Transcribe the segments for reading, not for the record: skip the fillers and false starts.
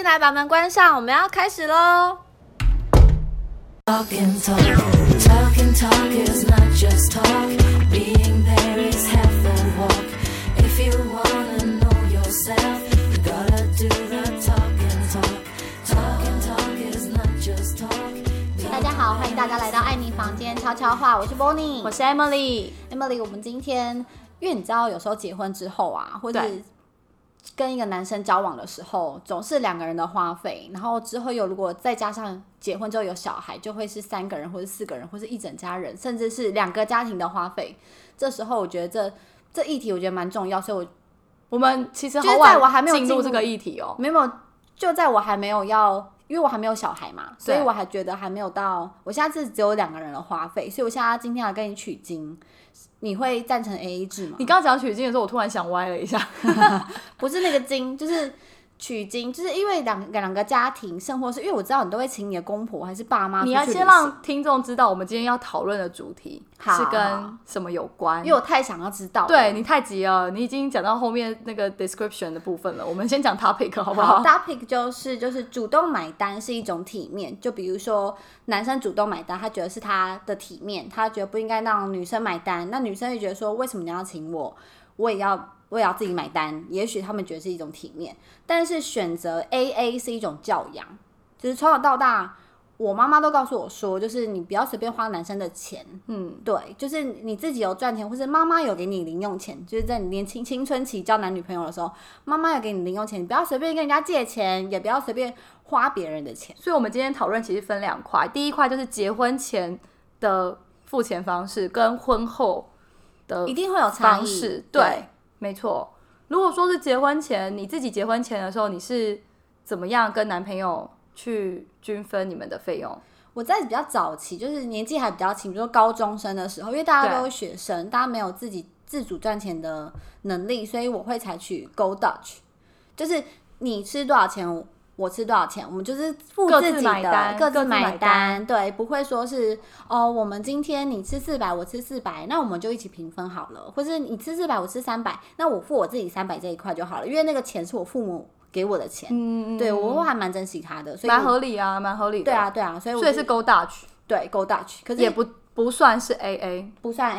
进来，把门关上，我们要开始咯。 Talk and talk, talk and talk is not just talk. Being there is half the walk. If you wanna know yourself, you gotta do the talk and talk. Talk and talk is not just talk. 大家好，欢迎大家来到艾妮房间悄悄话，我是 Bonnie， 我是 Emily。 我们今天，因为你知道，有时候结婚之后啊，或者跟一个男生交往的时候，总是两个人的花费，然后之后如果再加上结婚之后有小孩，就会是3个人或是4个人，或是一整家人，甚至是2个家庭的花费。这时候我觉得这议题我觉得蛮重要，所以我们其实好就是在我还晚没有进入这个议题哦， 没有，就在我还没有因为我还没有小孩嘛，所以我还觉得还没有到，我现在是只有2个人的花费，所以我现在今天来跟你取经。你会赞成 AA 制吗？ 你刚刚讲取经的时候，我突然想歪了一下， 不是那个经，就是取经，就是因为两个家庭生活是，因为我知道你都会请你的公婆还是爸妈出去旅行。 你要先让听众知道我们今天要讨论的主题是跟什么有关， 因为我太想要知道了。 对，你太急了，你已经讲到后面那个 description 的部分了，我们先讲 topic 好不好 ？topic 就是主动买单是一种体面，就比如说男生主动买单，他觉得是他的体面，他觉得不应该让女生买单，那女生就觉得说为什么你要请我，我也要自己买单，也许他们觉得是一种体面，但是选择 AA 是一种教养，就是从小到大，我妈妈都告诉我说，就是你不要随便花男生的钱，对，就是你自己有赚钱，或是妈妈有给你零用钱，就是在你年轻青春期交男女朋友的时候，妈妈有给你零用钱，你不要随便跟人家借钱，也不要随便花别人的钱。 所以我们今天讨论其实分2块，第一块就是结婚前的付钱方式跟婚后的一定会有差异， 对，没错。如果说是结婚前，你自己结婚前的时候，你是怎么样跟男朋友去均分你们的费用？ 我在比较早期，就是年纪还比较轻，比如说高中生的时候，因为大家都是学生，大家没有自己自主赚钱的能力，所以我会采取 Go Dutch， 就是你吃多少钱，我吃多少钱，我们就是付自己的各自买单，对，不会说是我们今天你吃400，我吃400，那我们就一起平分好了，或是你吃400，我吃300，那我付我自己300这一块就好了，因为那个钱是我父母给我的钱，对，我还蛮珍惜他的，所以蛮合理啊，蛮合理的。 对啊，所以是 Go Dutch， 对 Go Dutch， 可是也不算是 AA， 不算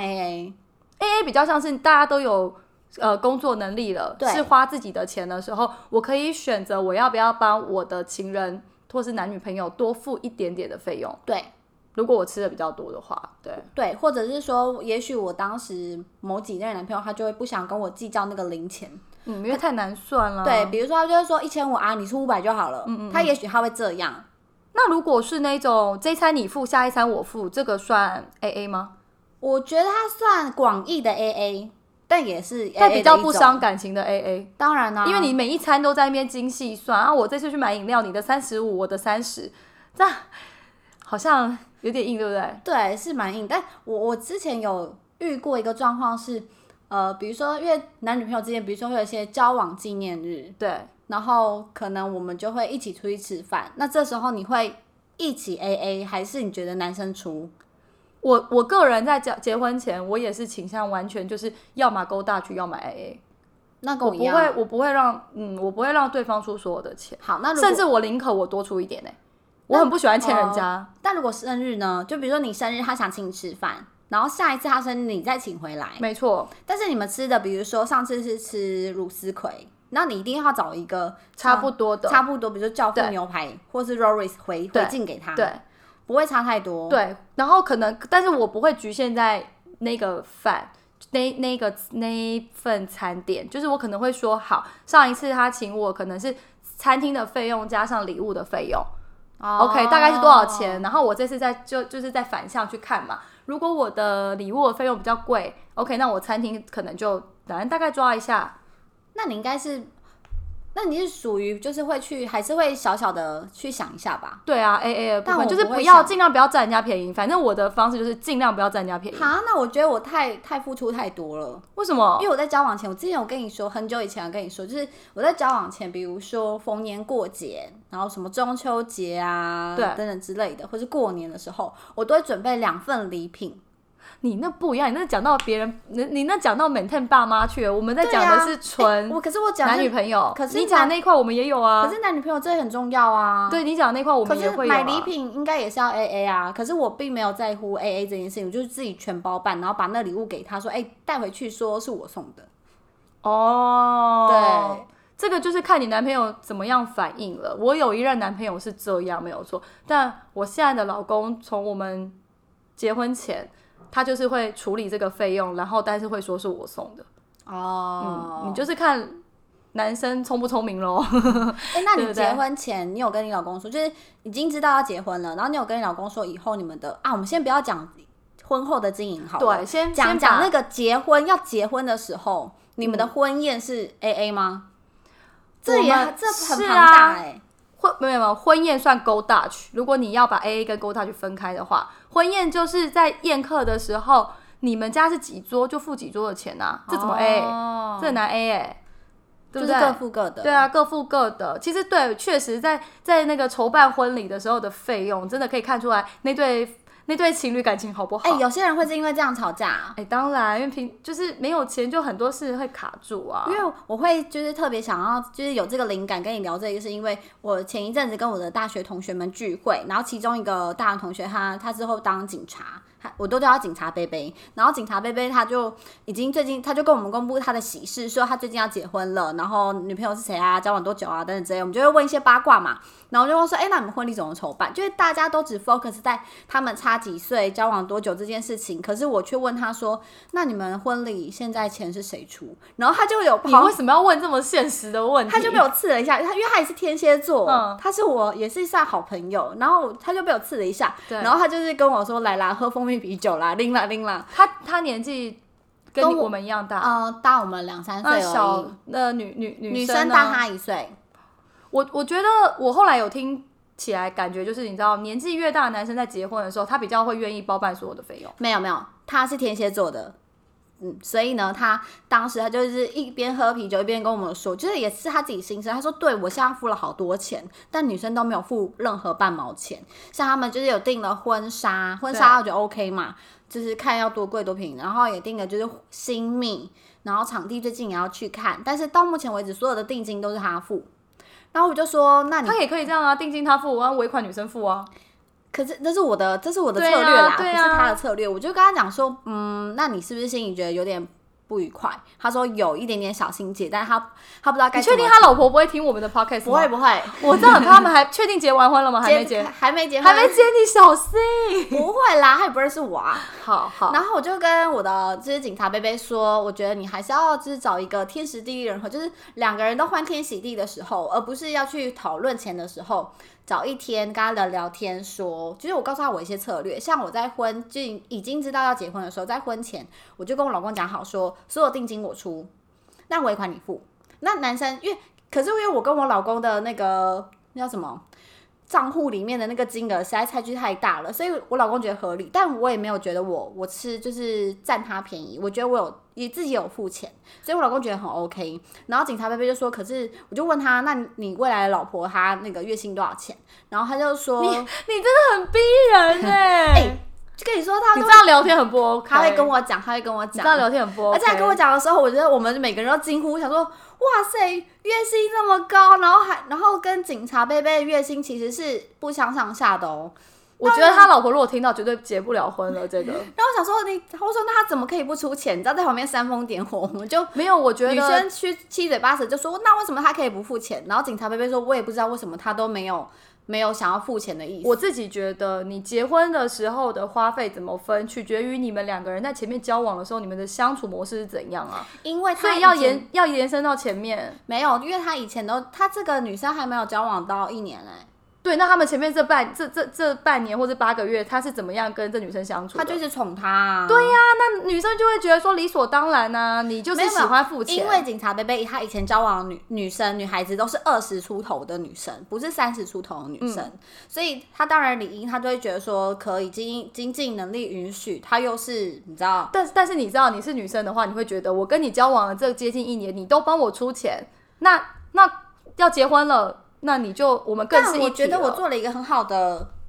AA 比较像是大家都有工作能力了，是花自己的钱的时候，我可以选择我要不要帮我的情人或是男女朋友多付一点点的费用。 对， 如果我吃的比较多的话， 对，或者是说，也许我当时某几任男朋友他就会不想跟我计较那个零钱， 因为太难算了。 对，比如说他就会说1500啊，你出500就好了，他也许他会这样。 那如果是那种这一餐你付，下一餐我付，这个算 AA 吗？ 我觉得它算广义的 AA， 但也是 AA 但比较不伤感情的 AA。 当然啊， 因为你每一餐都在那边精细算啊，我这次去买饮料，你的35，我的30，这样好像有点硬，对不对？ 对，是蛮硬。但我之前有遇过一个状况是，比如说因为男女朋友之间，比如说会有一些交往纪念日， 对， 然后可能我们就会一起出去吃饭。那这时候你会一起 AA， 还是你觉得男生出？ 我个人在结婚前，我也是倾向完全就是要么Go Dutch，要么 AA。 那跟我一样， 我不会让对方出所有的钱。 好，那甚至我宁可我多出一点我很不喜欢欠人家。 但如果生日呢？就比如说你生日，他想请你吃饭，然后下一次他生日你再请回来， 没错。 但是你们吃的，比如说上次是吃乳丝葵，那你一定要找一个差不多，比如说教父牛排或是 Rory's 回敬给他， 对， 不会差太多。 对，然后可能，但是我不会局限在那个饭。那一份餐点，就是我可能会说，好，上一次他请我可能是餐厅的费用加上礼物的费用，OK， 大概是多少钱？然后我这次就是在反向去看嘛。如果我的礼物的费用比较贵 ，OK， 那我餐厅可能就大概抓一下。 那你应该是。那你是属于就是会去，还是会小小的去想一下吧？ 对啊 ，AA 的部分就是尽量不要占人家便宜。反正我的方式就是尽量不要占人家便宜。 好，那我觉得我太付出太多了。 为什么？ 因为我在交往前，我之前有跟你说，很久以前有跟你说，就是我在交往前，比如说逢年过节，然后什么中秋节啊，等等之类的，或是过年的时候，我都会准备2份礼品。 你那不一样，你那讲到别人，你那讲到 maintain 爸妈去了，我们在讲的是纯可是我讲男女朋友， 可是你讲的那一块我们也有啊。 可是男女朋友这很重要啊。 对你讲的那块我们也会有啊。 可是买礼品应该也是要 AA 啊，可是我并没有在乎 AA 这件事情，我就是自己全包办，然后把那礼物给他说，带回去说是我送的。 哦， 对。 这个就是看你男朋友怎么样反应了。我有一任男朋友是这样没有错，但我现在的老公从我们结婚前，他就是会处理这个费用，然后但是会说是我送的。 哦， 你就是看男生聪不聪明咯。 那你结婚前你有跟你老公说，就是已经知道要结婚了，然后你有跟你老公说以后你们的我们先不要讲婚后的经营好了， 对，先讲那个要结婚的时候，你们的婚宴是 AA 吗？这很庞大没有婚宴算 Go Dutch， 如果你要把 AA 跟 Go Dutch 分开的话，婚宴就是在宴客的时候，你们家是几桌就付几桌的钱啊，这怎么 AA？这很难 AA 对不对？ 就是各付各的。 对啊，各付各的。其实对，确实在那个筹办婚礼的时候的费用，真的可以看出来那对情侣感情好不好？ 有些人会是因为这样吵架。 当然，因为就是没有钱，就很多事会卡住啊。 因为我会就是特别想要就是有这个灵感跟你聊这个，是因为我前一阵子跟我的大学同学们聚会，然后其中一个大学同学他之后当警察。我都叫他警察贝贝，然后警察贝贝他就最近他就跟我们公布他的喜事，说他最近要结婚了，然后女朋友是谁啊，交往多久啊等等之类，我们就会问一些八卦嘛，然后就会说那你们婚礼怎么筹办？就是大家都只 focus 在他们差几岁、交往多久这件事情，可是我却问他说，那你们婚礼现在钱是谁出？然后他就有你为什么要问这么现实的问题？ 他就被我刺了一下，因为他也是天蝎座，他是我也是算好朋友，然后他就被我刺了一下，然后他就是跟我说来啦，喝蜂蜜啤酒啦，拎啦。 他年纪跟我们一样大， 大我们2-3岁而已。 那女生大他1岁。 我觉得我后来有听起来，感觉就是你知道，年纪越大的男生在结婚的时候，他比较会愿意包办所有的费用。 没有，他是天蝎座的。所以呢，他当时他就是一边喝啤酒一边跟我们说，就是也是他自己心声。他说：“对我现在付了好多钱，但女生都没有付任何半毛钱。像他们就是有订了婚纱我觉得 OK 嘛，就是看要多贵多便宜，然后也订了就是新秘，然后场地最近也要去看，但是到目前为止所有的定金都是他付。然后我就说，那你他也可以这样啊，定金他付，然后尾款女生付啊。” 可是这是我的策略啦，不是他的策略。我就跟他讲说，那你是不是心里觉得有点不愉快？他说有一点点小心结，但是他不知道该怎么。 你确定他老婆不会听我们的 podcast 吗？不会。 我知道他们还确定结完婚了吗？还没结， 还没结， 你小心。 不会啦，他也不认识我啊。 好。 然后我就跟我的就是警察贝贝说，我觉得你还是要就是找一个天时地利人和，就是2个人都欢天喜地的时候，而不是要去讨论钱的时候。找一天跟他聊天说，就是我告诉他我一些策略，像我在就已经知道要结婚的时候，在婚前我就跟我老公讲好说，所有定金我出，那尾款你付。那男生因为我跟我老公的那叫什么账户里面的那个金额实在差距太大了，所以我老公觉得合理，但我也没有觉得我吃就是占他便宜，我觉得我自己有付钱，所以我老公觉得很 OK。然后警察贝贝就说，可是我就问他，那你未来的老婆她那个月薪多少钱？然后他就说，你真的很逼人就跟你说你这样聊天很不 OK。 他会跟我讲，你这样聊天很不 OK。 而且他跟我讲的时候，我觉得我们每个人都惊呼，想说哇塞，月薪这么高，然后跟警察贝贝的月薪其实是不相上下的哦。 我觉得他老婆如果听到，绝对结不了婚了。这个。然后我想说，我说那他怎么可以不出钱？你知道在旁边煽风点火，我们就没有。我觉得女生七嘴八舌就说，那为什么他可以不付钱？然后警察贝贝说，我也不知道为什么他都没有想要付钱的意思。 我自己觉得，你结婚的时候的花费怎么分，取决于你们2个人在前面交往的时候，你们的相处模式是怎样啊？ 因为所以要延伸到前面。 没有，因为他以前他这个女生还没有交往到1年对，那他们前面这半年或者8个月，他是怎么样跟这女生相处的？ 他就是宠她啊。 对呀，那女生就会觉得说理所当然啊，你就是喜欢付钱。 因为警察贝贝他以前交往的女孩子都是20出头的女生，不是30出头的女生，所以他当然理应他就会觉得说可以经济能力允许，他又是你知道。 但是你知道你是女生的话，你会觉得我跟你交往了这接近1年，你都帮我出钱，那要结婚了。那我们更是一体了。 但我觉得我做了一个很好的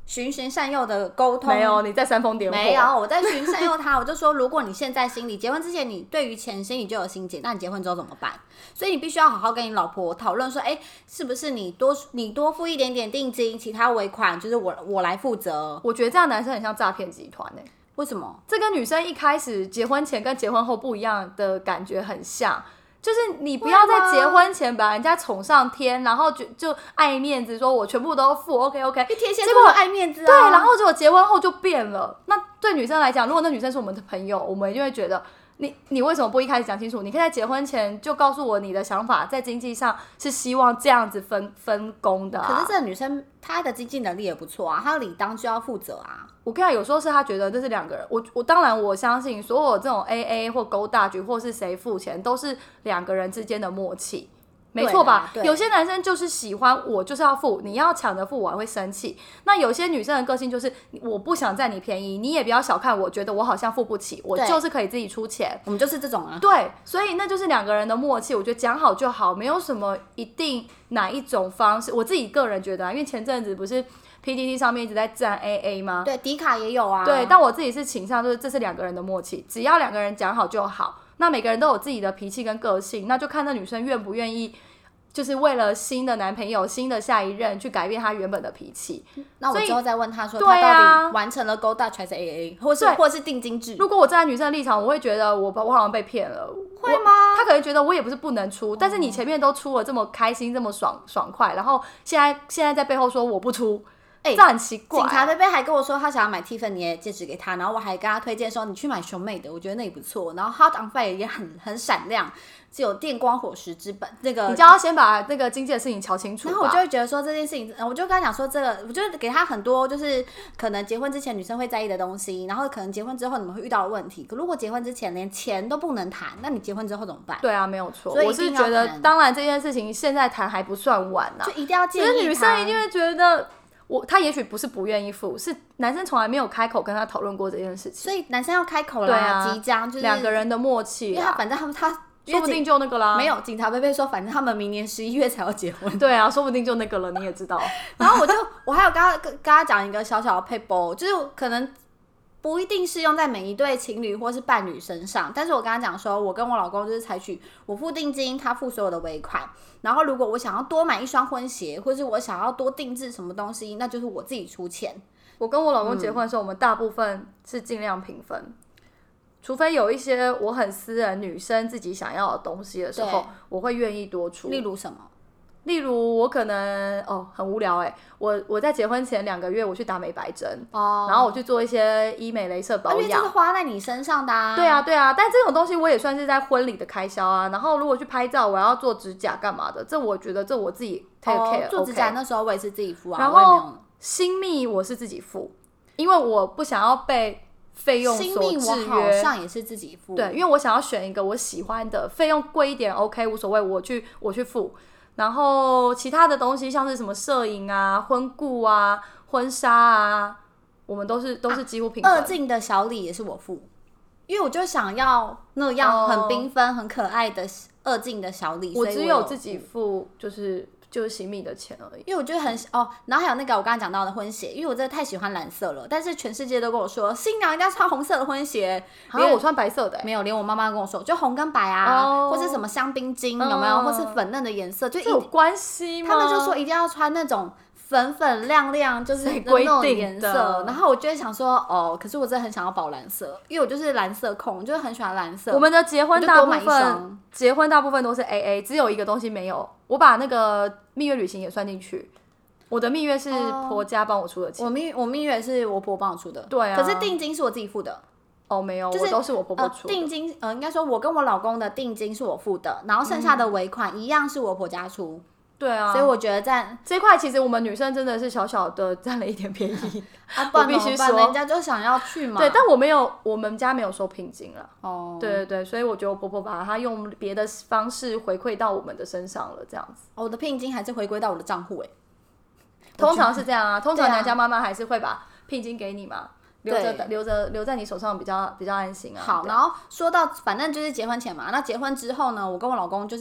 循循善诱的沟通。 没有，你在煽风点火。 没有，我在循善诱他。我就说，如果你现在心里结婚之前，你对于钱心里就有心结，那你结婚之后怎么办？所以你必须要好好跟你老婆讨论说，是不是你多付一点点定金，其他尾款就是我来负责。 我觉得这样男生很像诈骗集团为什么？ 这跟女生一开始结婚前跟结婚后不一样的感觉很像。就是你不要在结婚前把人家宠上天，然后就爱面子，说我全部都付 OK， 天蝎座爱面子啊。 对，然后结果结婚后就变了。那对女生来讲，如果那女生是我们的朋友，我们就会觉得你为什么不一开始讲清楚？你可以在结婚前就告诉我你的想法，在经济上是希望这样子分工的可是这个女生她的经济能力也不错啊，她理当就要负责啊。 我跟你讲，有时候是她觉得这是两个人，我当然我相信所有这种 AA 或勾大局或是谁付钱，都是两个人之间的默契。没错吧？有些男生就是喜欢我就是要付，你要抢着付我还会生气。那有些女生的个性就是我不想占你便宜，你也不要小看我，觉得我好像付不起，我就是可以自己出钱。 我们就是这种啊。 对，所以那就是两个人的默契。我觉得讲好就好，没有什么一定哪一种方式。我自己个人觉得因为前阵子不是 PTT 上面一直在站 AA 吗？ 对，迪卡也有啊。 对，但我自己是倾向就是这是两个人的默契，只要两个人讲好就好。那每个人都有自己的脾气跟个性，那就看那女生愿不愿意，就是为了新的男朋友、新的下一任去改变她原本的脾气。 那我之后再问她说，她到底完成了 Go Dutch 还是 AA， 或是定金制？ 如果我站在女生的立场，我会觉得我好像被骗了。 会吗？ 她可能觉得我也不是不能出，但是你前面都出了这么开心、这么爽快，然后现在在背后说我不出。这很奇怪。 警察贝贝还跟我说他想要买 Tiffany 的戒指给他，然后我还跟他推荐说你去买熊美的，我觉得那也不错。然后 Hot on Fire 也很闪亮，只有电光火石之本。那个你叫他先把那个经济的事情瞧清楚吧。 然后我就会觉得说这件事情，我就跟他讲说这个，我就给他很多就是可能结婚之前女生会在意的东西，然后可能结婚之后你们会遇到的问题。可如果结婚之前连钱都不能谈，那你结婚之后怎么办？ 对啊，没有错。 所以我是觉得，当然这件事情现在谈还不算晚啊， 就一定要建议他。 可是女生一定会觉得。他也许不是不愿意付，是男生从来没有开口跟他讨论过这件事情， 所以男生要开口啦， 对啊， 即将就是两个人的默契， 因为反正他说不定就那个啦。 没有，警察贝贝说，反正他们明年11月才要结婚。 对啊，说不定就那个了，你也知道。 然后我还有跟他讲一个小小的撇步，就是可能不一定适用在每一对情侣或是伴侣身上，但是我跟他讲说，我跟我老公就是采取我付定金，他付所有的尾款。然后如果我想要多买一双婚鞋，或是我想要多定制什么东西，那就是我自己出钱。 我跟我老公结婚的时候，我们大部分是尽量平分，除非有一些我很私人女生自己想要的东西的时候，我会愿意多出。 例如什么？ 例如我可能很无聊我在结婚前2个月我去打美白针然后我去做一些医美雷射保养， 因为这是花在你身上的啊。 对啊，但这种东西我也算是在婚礼的开销啊。然后如果去拍照，我要做指甲干嘛的，这我觉得这我自己 take care。 做指甲那时候我也是自己付啊。 然后新秘我是自己付，因为我不想要被费用所制约。 新秘我好像也是自己付， 对，因为我想要选一个我喜欢的，费用贵一点 OK 无所谓，我去付。然后其他的东西像是什么摄影啊、婚顾啊、婚纱啊，我们都是几乎平分。 二进的小礼也是我付，因为我就想要那样很缤纷、很可爱的二进的小礼。 我只有自己付，就是新秘的钱而已。 因为我觉得然后还有那个我刚刚讲到的婚鞋，因为我真的太喜欢蓝色了，但是全世界都跟我说新娘一定要穿红色的婚鞋， 连我穿白色的没有，连我妈妈跟我说就红跟白啊，或是什么香槟金有没有，或是粉嫩的颜色，就有关系吗？ 他们就说一定要穿那种粉粉亮亮，就是那种颜色。然后我就会想说可是我真的很想要宝蓝色，因为我就是蓝色控，就是很喜欢蓝色。 我们的结婚大部分都是 AA， 只有一个东西没有，我把那个蜜月旅行也算进去。我的蜜月是婆家帮我出的钱， 我蜜月是我婆帮我出的。 对啊， 可是定金是我自己付的。 没有， 就是我都是我婆婆出的。 定金应该说我跟我老公的定金是我付的，然后剩下的尾款一样是我婆家出。 对啊， 所以我觉得在这块其实我们女生真的是小小的占了一点便宜我必须说人家就想要去嘛。 对，但我们家没有收聘金了。对，所以我觉得我婆婆把她用别的方式回馈到我们的身上了，这样子。 我的聘金还是回归到我的账户通常是这样啊，通常娘家妈妈还是会把聘金给你嘛。留在你手上比较安心啊。 好，然后说到反正就是结婚前嘛，那结婚之后呢，我跟我老公就是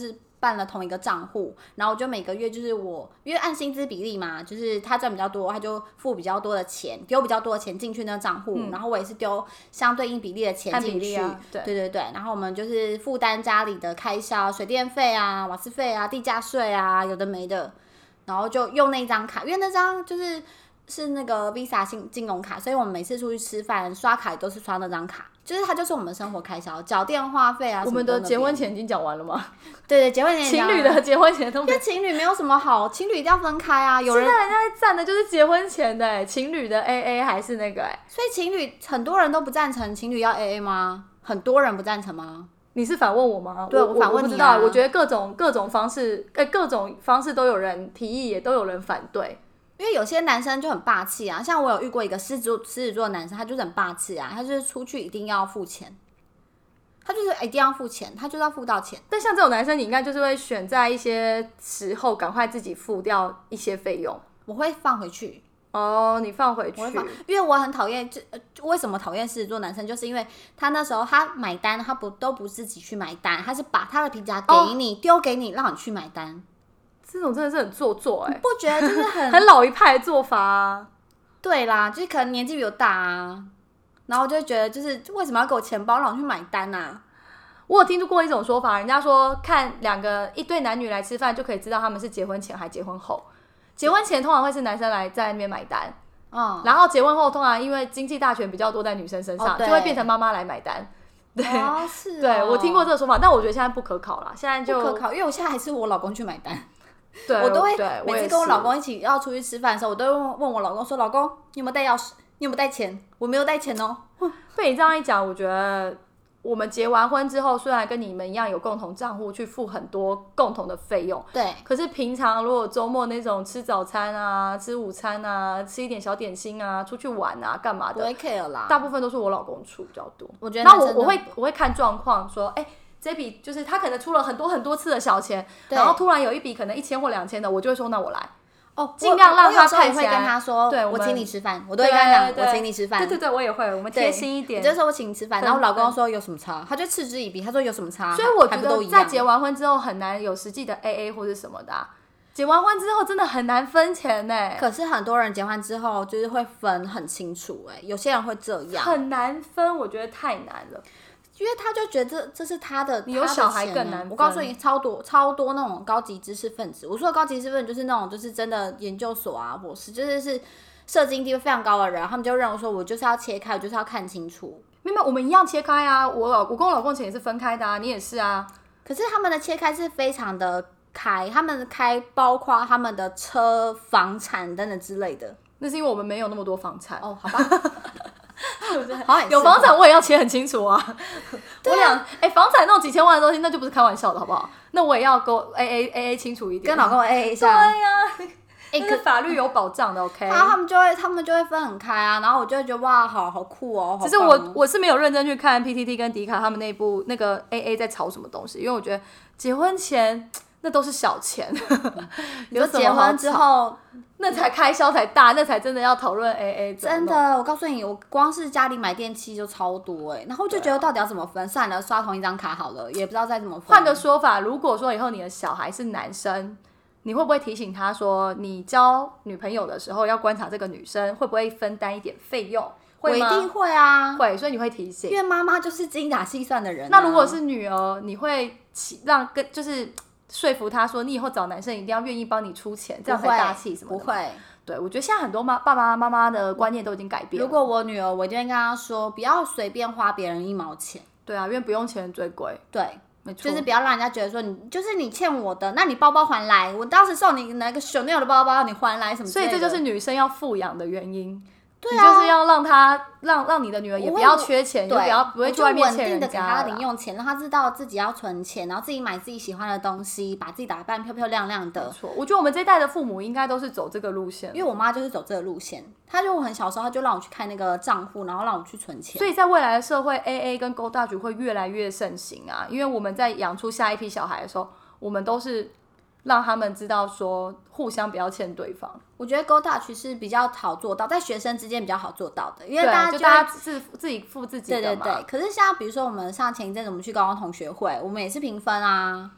办了同一个账户，然后我就每个月就是因为按薪资比例嘛，就是他赚比较多，他就付比较多的钱，丢比较多的钱进去那个账户，然后我也是丢相对应比例的钱进去，对，然后我们就是负担家里的开销，水电费啊、瓦斯费啊、地价税啊，有的没的，然后就用那张卡，因为那张是那个 Visa 金融卡，所以我们每次出去吃饭刷卡也都是刷那张卡，就是它就是我们生活开销，缴电话费啊什么的。 我们的结婚钱已经讲完了吗？ 对，结婚前情侣的结婚钱都没有， 因为情侣没有什么好，情侣一定要分开啊。有人现在人家在占的就是结婚前的情侣的 AA 还是那个所以情侣很多人都不赞成情侣要 AA 吗？很多人不赞成吗？ 你是反问我吗？ 对，我反问你啊。 我不知道，我觉得各种方式，各种方式都有人提议，也都有人反对。 因为有些男生就很霸气啊，像我有遇过一个狮子座的男生，他就是很霸气啊，他就是出去一定要付钱，他就是一定要付钱，他就是要付到钱。 但像这种男生，你应该就是会选在一些时候赶快自己付掉一些费用。 我会放回去。 哦，你放回去。 因为我很讨厌，为什么讨厌狮子座男生？就是因为他那时候他买单，他都不自己去买单，他是把他的皮夹给你，丢给你，让你去买单。 这种真的是很做作你不觉得就是很老一派的做法啊？ 对啦，就是可能年纪比我大啊，然后我就觉得就是为什么要给我钱包让我去买单啊？ 我有听过一种说法，人家说看一对男女来吃饭就可以知道他们是结婚前还结婚后。结婚前通常会是男生来在那边买单，然后结婚后通常因为经济大权比较多在女生身上，就会变成妈妈来买单。对， 是对我听过这个说法，但我觉得现在不可考啦，现在就不可考，因为我现在还是我老公去买单。 对， 我都会每次跟我老公一起要出去吃饭的时候，我都会问我老公说：“老公，你有没有带钥匙？你有没有带钱？我没有带钱哦。” 被你这样一讲，我觉得我们结完婚之后，虽然跟你们一样有共同账户去付很多共同的费用， 对， 可是平常如果周末那种吃早餐啊、吃午餐啊、吃一点小点心啊、出去玩啊、干嘛的， 不会 care 啦。 大部分都是我老公出比较多。 我觉得， 那我会看状况说，这笔就是他可能出了很多次的小钱，然后突然有一笔可能1000或2000的，我就会说那我来。尽量让他看起来。 我会跟他说， 对， 我请你吃饭，我都会跟他讲，我请你吃饭。 对，我也会，我们贴心一点。 我就说我请你吃饭，然后我老公说有什么差，他就嗤之以鼻，他说有什么差。 所以我觉得在结完婚之后很难有实际的 AA 或者什么的结完婚之后真的很难分钱可是很多人结婚之后就是会分很清楚有些人会这样。 很难分，我觉得太难了。 因为他就觉得这是他的， 你有小孩更难分。 我告诉你，超多那种高级知识分子。我说的高级知识分子就是那种就是真的研究所啊、博士，就是社经地位非常高的人，他们就认为说我就是要切开，我就是要看清楚。 没有，我们一样切开啊。我跟我老公钱也是分开的啊，你也是啊。 可是他们的切开是非常的开，他们的开包括他们的车、房产等等之类的。 那是因为我们没有那么多房产。 好吧。 有房产我也要切很清楚啊！我房产那种几千万的东西，那就不是开玩笑的好不好？那我也要跟我 AA 清楚一点， 跟老公 AA 一下。 对呀，可法律有保障的 ，OK。 他们就会分很开啊，然后我就会觉得哇，好酷哦。 其实我是没有认真去看 PTT 跟迪卡他们那部那个 AA 在吵什么东西，因为我觉得结婚前那都是小钱， 有结婚之后。 那才开销才大，那才真的要讨论 AA。 真的，我告诉你，我光是家里买电器就超多然后就觉得到底要怎么分？算了，刷同一张卡好了，也不知道再怎么分。 换个说法，如果说以后你的小孩是男生，你会不会提醒他说，你交女朋友的时候要观察这个女生会不会分担一点费用？会吗？ 我一定会啊， 会，所以你会提醒， 因为妈妈就是精打细算的人。 那如果是女儿，你会就是说服他说，你以后找男生一定要愿意帮你出钱，这样才大气什么的。 不会， 对，我觉得现在很多爸爸妈妈的观念都已经改变了。 如果我女儿，我一定会跟她说，不要随便花别人1毛钱。 对啊，因为不用钱最贵。 对， 没错， 就是不要让人家觉得说你欠我的，那你包包还来，我当时送你那个 Chanel 的包包，你还来什么之类的。 所以这就是女生要富养的原因。 对啊， 你就是要让你的女儿也不要缺钱，也不会去外面欠人家。 稳定的给她零用钱，让她知道自己要存钱，然后自己买自己喜欢的东西，把自己打扮漂漂亮亮的。 没错，我觉得我们这一代的父母应该都是走这个路线， 因为我妈就是走这个路线。她就我很小时候，她就让我去看那个账户，然后让我去存钱。 所以在未来的社会 ，AA 跟勾大局会越来越盛行啊！因为我们在养出下一批小孩的时候，我们都是让他们知道说互相不要欠对方。 我觉得勾大局是比较好做到，在学生之间比较好做到的，因为大家是自己付自己的嘛。 对。可是像比如说我们上前一阵子我们去高中同学会，我们也是平分啊。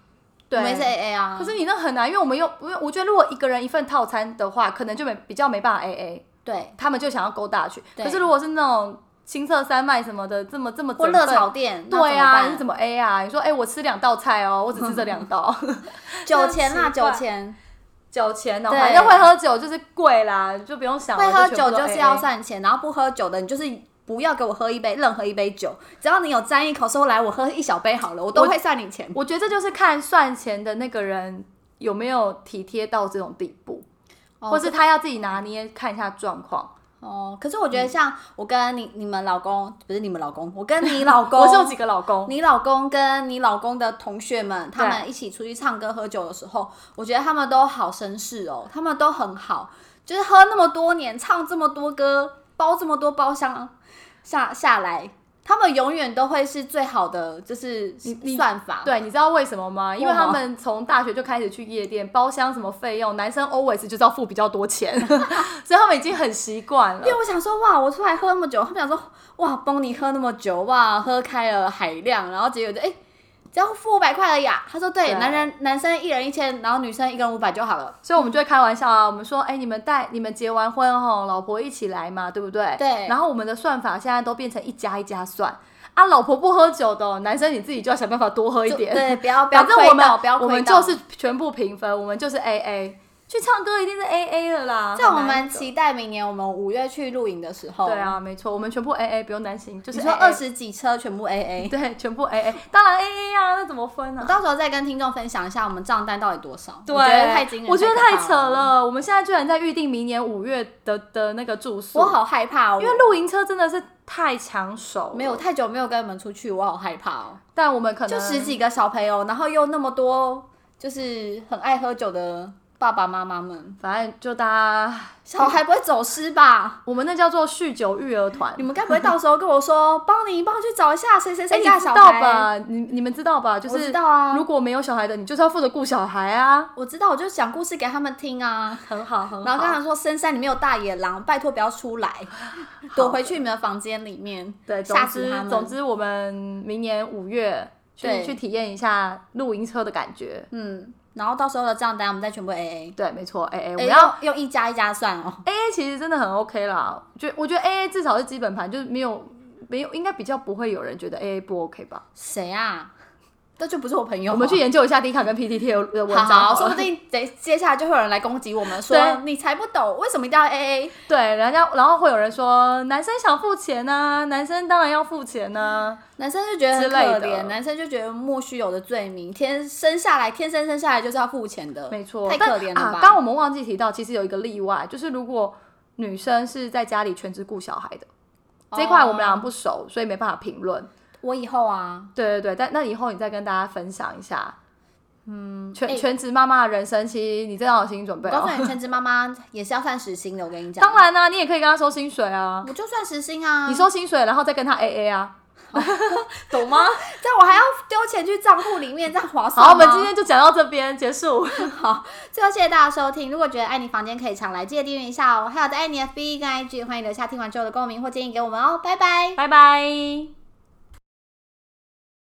对， 我们也是 AA 啊。 可是你那很难，因为我觉得如果一个人一份套餐的话，可能就比较没办法 AA， 对， 他们就想要勾大去。 对可是如果是那种青色三麦什么的，这么或热炒店， 对啊，你是怎么 A 啊？你说我吃2道菜哦，我只吃这2道， 酒钱啦， 真的酒钱。 酒钱哦， 对反正会喝酒就是贵啦，就不用想了。 会喝酒全部都就是要 AA 算钱，然后不喝酒的你就是不要给我喝任何一杯酒，只要你有沾一口说来我喝1小杯好了，我都会算你钱。 我觉得这就是看算钱的那个人有没有体贴到这种地步，或是他要自己拿捏看一下状况。 哦，可是我觉得像我跟你们老公，不是你们老公，我跟你老公， 我是有几个老公， 你老公跟你老公的同学们，他们一起出去唱歌喝酒的时候，我觉得他们都好绅士哦，他们都很好，就是喝那么多年，唱这么多歌，包这么多包厢下来。他们永远都会是最好的，就是算法。 对，你知道为什么吗？因为他们从大学就开始去夜店，包厢什么费用，男生 always 就是要付比较多钱，所以他们已经很习惯了。 因为我想说，哇，我出来喝那么久，他们想说，哇，帮你喝那么久，哇，喝开了海量，然后结果就只要付500块而已啊。他说对，男生1人1000，然后女生1个人500就好了。 所以我们就会开玩笑啊，我们说，你们结完婚后，老婆一起来嘛，对不对？ 对。 然后我们的算法现在都变成一家一家算啊，老婆不喝酒的哦，男生你自己就要想办法多喝一点。 对，不要反正亏到，不要亏到。 我们就是全部平分，我们就是 AA。去唱歌一定是 AA 了啦。 在我们期待明年我们5月去露营的时候。 对啊，没错，我们全部 AA， 不用担心，就是 AA。 你说20几车全部 AA， 对，全部 AA， 当然 AA 啊，那怎么分啊？ 我到时候再跟听众分享一下我们账单到底多少。 对， 我觉得太惊人， 我觉得太扯了。我们现在居然在预定明年5月的那个住宿， 我好害怕哦， 因为露营车真的是太抢手了。 没有太久没有跟你们出去，我好害怕哦。 但我们可能就10几个小朋友，然后又那么多就是很爱喝酒的爸爸妈妈们， 反正就大家小孩不会走失吧？ 我们那叫做酗酒育儿团。 你们该不会到时候跟我说，帮我去找一下谁家的小孩？ 你知道吧？你们知道吧？就是我知道啊。 如果没有小孩的，你就是要负责顾小孩啊。 我知道，我就讲故事给他们听啊， 很好很好。 然后跟他们说，深山里面有大野狼，拜托不要出来，躲回去你们的房间里面。 对， 吓死他们。 总之，我们明年5月去体验一下露营车的感觉。 然后到时候的账单我们再全部 AA。 对，没错 AA， 我们要用一家一家算哦。 AA 其实真的很 OK 啦，我觉得 AA 至少是基本盘，就是没有，应该比较不会有人觉得 AA 不 OK 吧？ 谁啊？这就不是我朋友。 我们去研究一下 D 卡跟 PTT 的文章好，说不定接下来就会有人来攻击我们，说你才不懂，为什么一定要 AA？ 对，然后会有人说男生想付钱啊，男生当然要付钱啊， 男生就觉得很可怜，男生就觉得莫须有的罪名，天生下来就是要付钱的， 没错， 太可怜了吧？ 刚我们忘记提到，其实有一个例外，就是如果女生是在家里全职顾小孩的，这一块我们俩不熟，所以没办法评论。 我以后啊， 对，但那以后你再跟大家分享一下，全职妈妈的人生，其实你真的要有心理准备。 我告诉你，全职妈妈也是要算时薪的，我跟你讲。 当然啊，你也可以跟她收薪水啊， 我就算时薪啊， 你收薪水，然后再跟她 AA 啊。懂吗？ 这样我还要丢钱去账户里面，这样划算吗？ 好，我们今天就讲到这边结束。 好，最后谢谢大家收听。如果觉得爱你房间可以常来，记得订阅一下哦。还有在爱你 FB 跟 IG，欢迎留下听完之后的共鸣或建议给我们哦。拜拜， 拜拜。